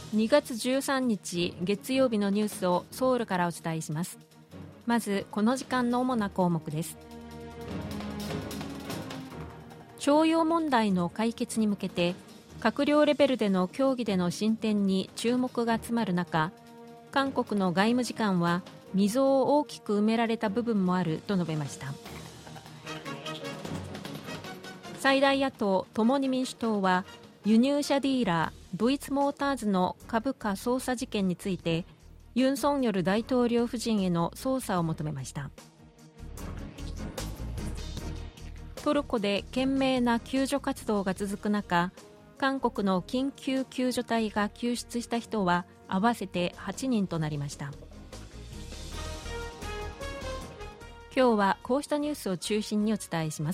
2月13日月曜日のニュースをソウルからお伝えします。まずこの時間の主な項目です。徴用問題の解決に向けて閣僚レベルでの協議での進展に注目が集まる中、韓国の外務次官は溝を大きく埋められた部分もあると述べました。最大野党共に民主党は輸入車ディーラードイツモーターズの株価操作事件についてユン・ソンニョル大統領夫人への捜査を求めました。トルコで懸命な救助活動が続く中、韓国の緊急救助隊が救出した人は合わせて8人となりました。今日はこうしたニュースを中心にお伝えします。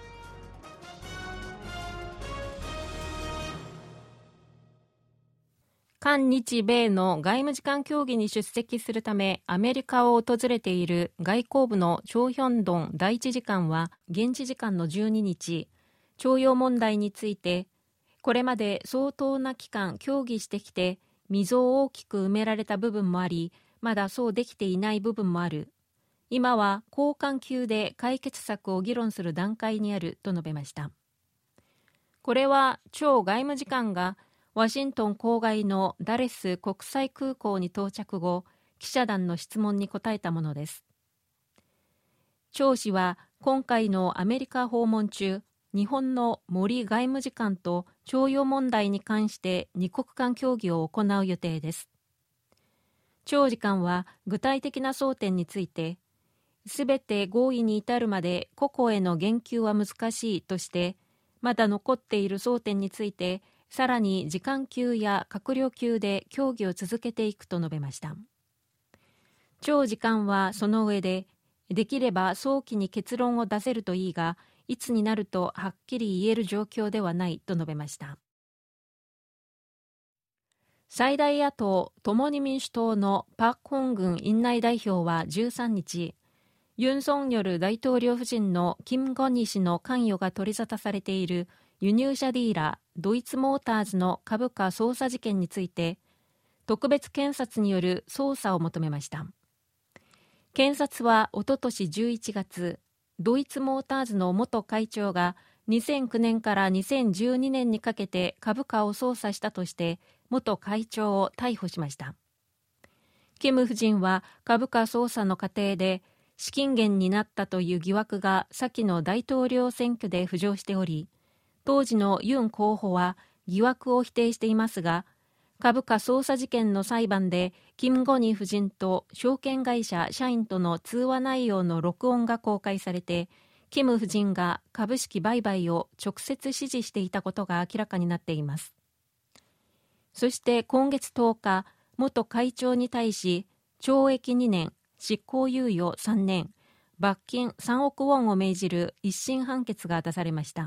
韓日米の外務次官協議に出席するためアメリカを訪れている外交部のチョ・ヒョンドン第一次官は現地時間の12日、徴用問題についてこれまで相当な期間協議してきて溝を大きく埋められた部分もあり、まだそうできていない部分もある。今は高官級で解決策を議論する段階にあると述べました。これはチョ外務次官がワシントン郊外のダレス国際空港に到着後、記者団の質問に答えたものです。チョ氏は今回のアメリカ訪問中、日本の森外務次官と徴用問題に関して二国間協議を行う予定です。チョ次官は具体的な争点について、すべて合意に至るまで個々への言及は難しいとして、まだ残っている争点について、さらに次官級や閣僚級で協議を続けていくと述べました。チョ次官はその上で、できれば早期に結論を出せるといいが、いつになるとはっきり言える状況ではないと述べました。最大野党共に民主党のパク・ホングン院内代表は13日、ユン・ソンニョル大統領夫人のキム・ゴニ氏の関与が取り沙汰されている輸入車ディーラードイツモーターズの株価操作事件について特別検察による捜査を求めました。検察はおととし11月、ドイツモーターズの元会長が2009年から2012年にかけて株価を操作したとして元会長を逮捕しました。キム夫人は株価操作の過程で資金源になったという疑惑が先の大統領選挙で浮上しており、当時のユン候補は疑惑を否定していますが、株価操作事件の裁判でキム・ゴニ夫人と証券会社社員との通話内容の録音が公開されて、キム夫人が株式売買を直接指示していたことが明らかになっています。そして今月10日、元会長に対し懲役2年、執行猶予3年、罰金3億ウォンを命じる一審判決が出されました。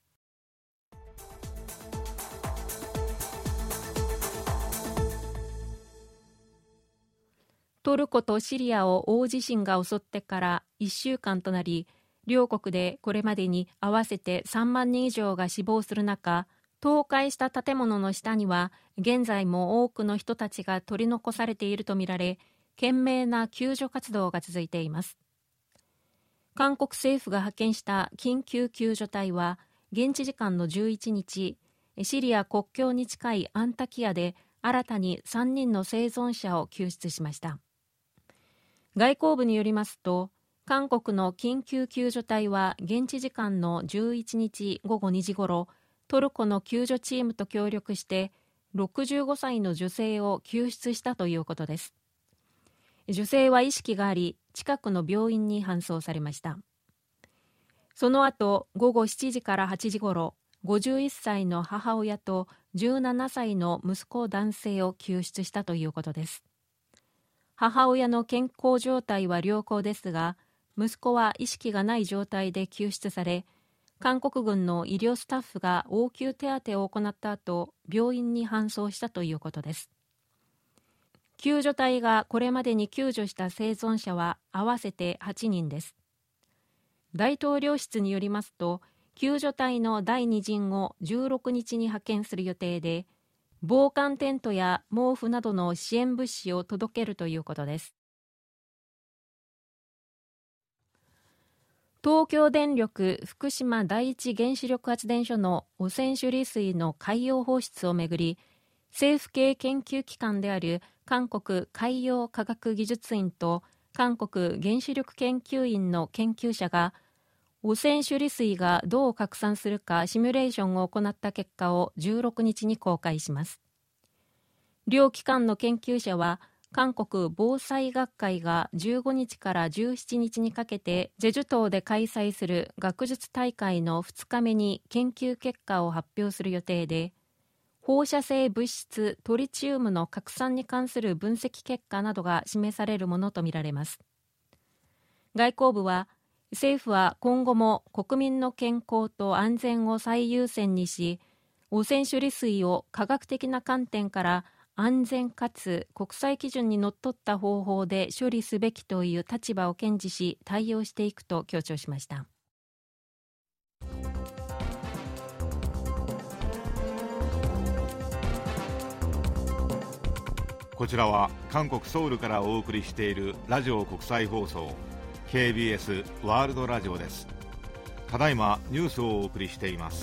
トルコとシリアを大地震が襲ってから1週間となり、両国でこれまでに合わせて3万人以上が死亡する中、倒壊した建物の下には現在も多くの人たちが取り残されているとみられ、懸命な救助活動が続いています。韓国政府が派遣した緊急救助隊は現地時間の11日、シリア国境に近いアンタキヤで新たに3人の生存者を救出しました。外交部によりますと、韓国の緊急救助隊は現地時間の11日午後2時ごろ、トルコの救助チームと協力して65歳の女性を救出したということです。女性は意識があり、近くの病院に搬送されました。その後、午後7時から8時ごろ、51歳の母親と17歳の息子男性を救出したということです。母親の健康状態は良好ですが、息子は意識がない状態で救出され、韓国軍の医療スタッフが応急手当てを行った後、病院に搬送したということです。救助隊がこれまでに救助した生存者は合わせて8人です。大統領室によりますと、救助隊の第2陣を16日に派遣する予定で、 防寒テントや毛布などの支援物資を届けるということです。東京電力福島第一原子力発電所の汚染処理水の海洋放出をめぐり、政府系研究機関である韓国海洋科学技術院と韓国原子力研究院の研究者が、汚染処理水がどう拡散するかシミュレーションを行った結果を16日に公開します。両機関の研究者は、韓国防災学会が15日から17日にかけてジェジュ島で開催する学術大会の2日目に研究結果を発表する予定で、放射性物質トリチウムの拡散に関する分析結果などが示されるものとみられます。外交部は、政府は今後も国民の健康と安全を最優先にし、汚染処理水を科学的な観点から安全かつ国際基準にのっとった方法で処理すべきという立場を堅持し対応していくと強調しました。 こちらは韓国ソウルからお送りしているラジオ国際放送 KBS ワールドラジオです。ただいまニュースをお送りしています。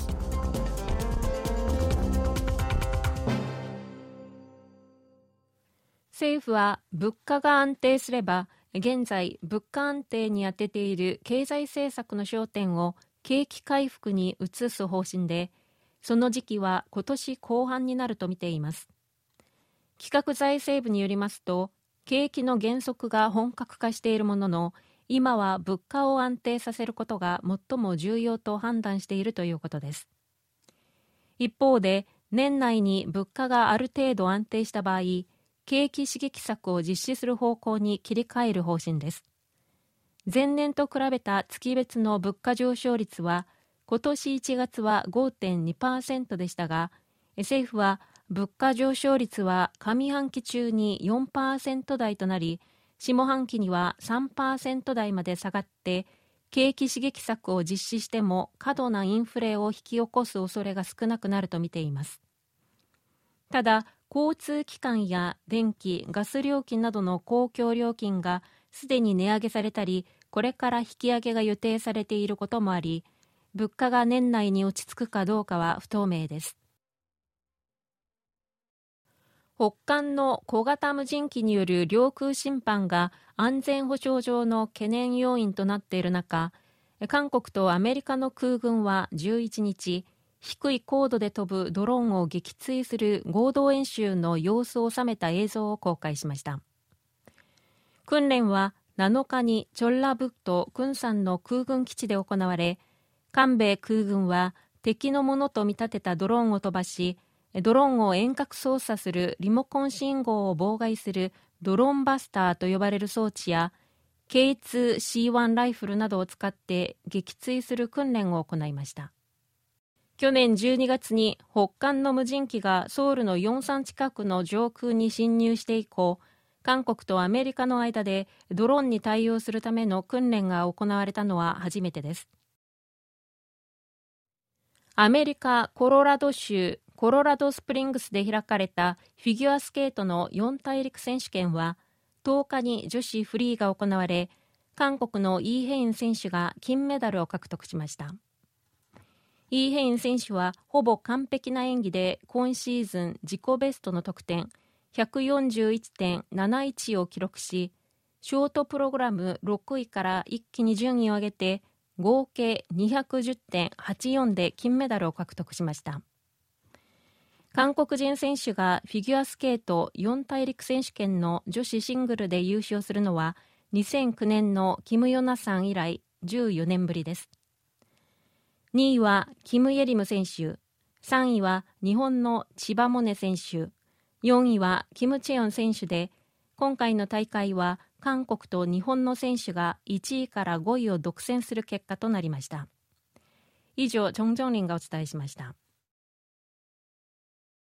政府は物価が安定すれば、現在物価安定に充てている経済政策の焦点を景気回復に移す方針で、その時期は今年後半になると見ています。企画財政部によりますと、景気の減速が本格化しているものの、今は物価を安定させることが最も重要と判断しているということです。一方で、年内に物価がある程度安定した場合、景気刺激策を実施する方向に切り替える方針です。前年と比べた月別の物価上昇率は、今年1月は 5.2% でしたが、政府は物価上昇率は上半期中に 4% 台となり、下半期には 3% 台まで下がって、景気刺激策を実施しても過度なインフレを引き起こす恐れが少なくなると見ています。ただ、交通機関や電気・ガス料金などの公共料金がすでに値上げされたり、これから引き上げが予定されていることもあり、物価が年内に落ち着くかどうかは不透明です。北韓の小型無人機による領空侵犯が安全保障上の懸念要因となっている中、韓国とアメリカの空軍は11日、低い高度で飛ぶドローンを撃墜する合同演習の様子を収めた映像を公開しました。訓練は7日にチョンラブトクンサンの空軍基地で行われ、韓米空軍は敵のものと見立てたドローンを飛ばし、ドローンを遠隔操作するリモコン信号を妨害するドローンバスターと呼ばれる装置や、K2C1 ライフルなどを使って撃墜する訓練を行いました。去年12月に北韓の無人機がソウルのヨンサン近くの上空に侵入して以降、韓国とアメリカの間でドローンに対応するための訓練が行われたのは初めてです。アメリカ・コロラド州コロラドスプリングスで開かれたフィギュアスケートの四大陸選手権は、10日に女子フリーが行われ、韓国のイ・ヘイン選手が金メダルを獲得しました。イ・ヘイン選手はほぼ完璧な演技で今シーズン自己ベストの得点 141.71 を記録し、ショートプログラム6位から一気に順位を上げて合計 210.84 で金メダルを獲得しました。韓国人選手がフィギュアスケート四大陸選手権の女子シングルで優勝するのは2009年のキム・ヨナさん以来14年ぶりです。2位はキム・イェリム選手、3位は日本の千葉百音選手、4位はキム・チェヨン選手で、今回の大会は韓国と日本の選手が1位から5位を独占する結果となりました。以上、チョン・ジョンリンがお伝えしました。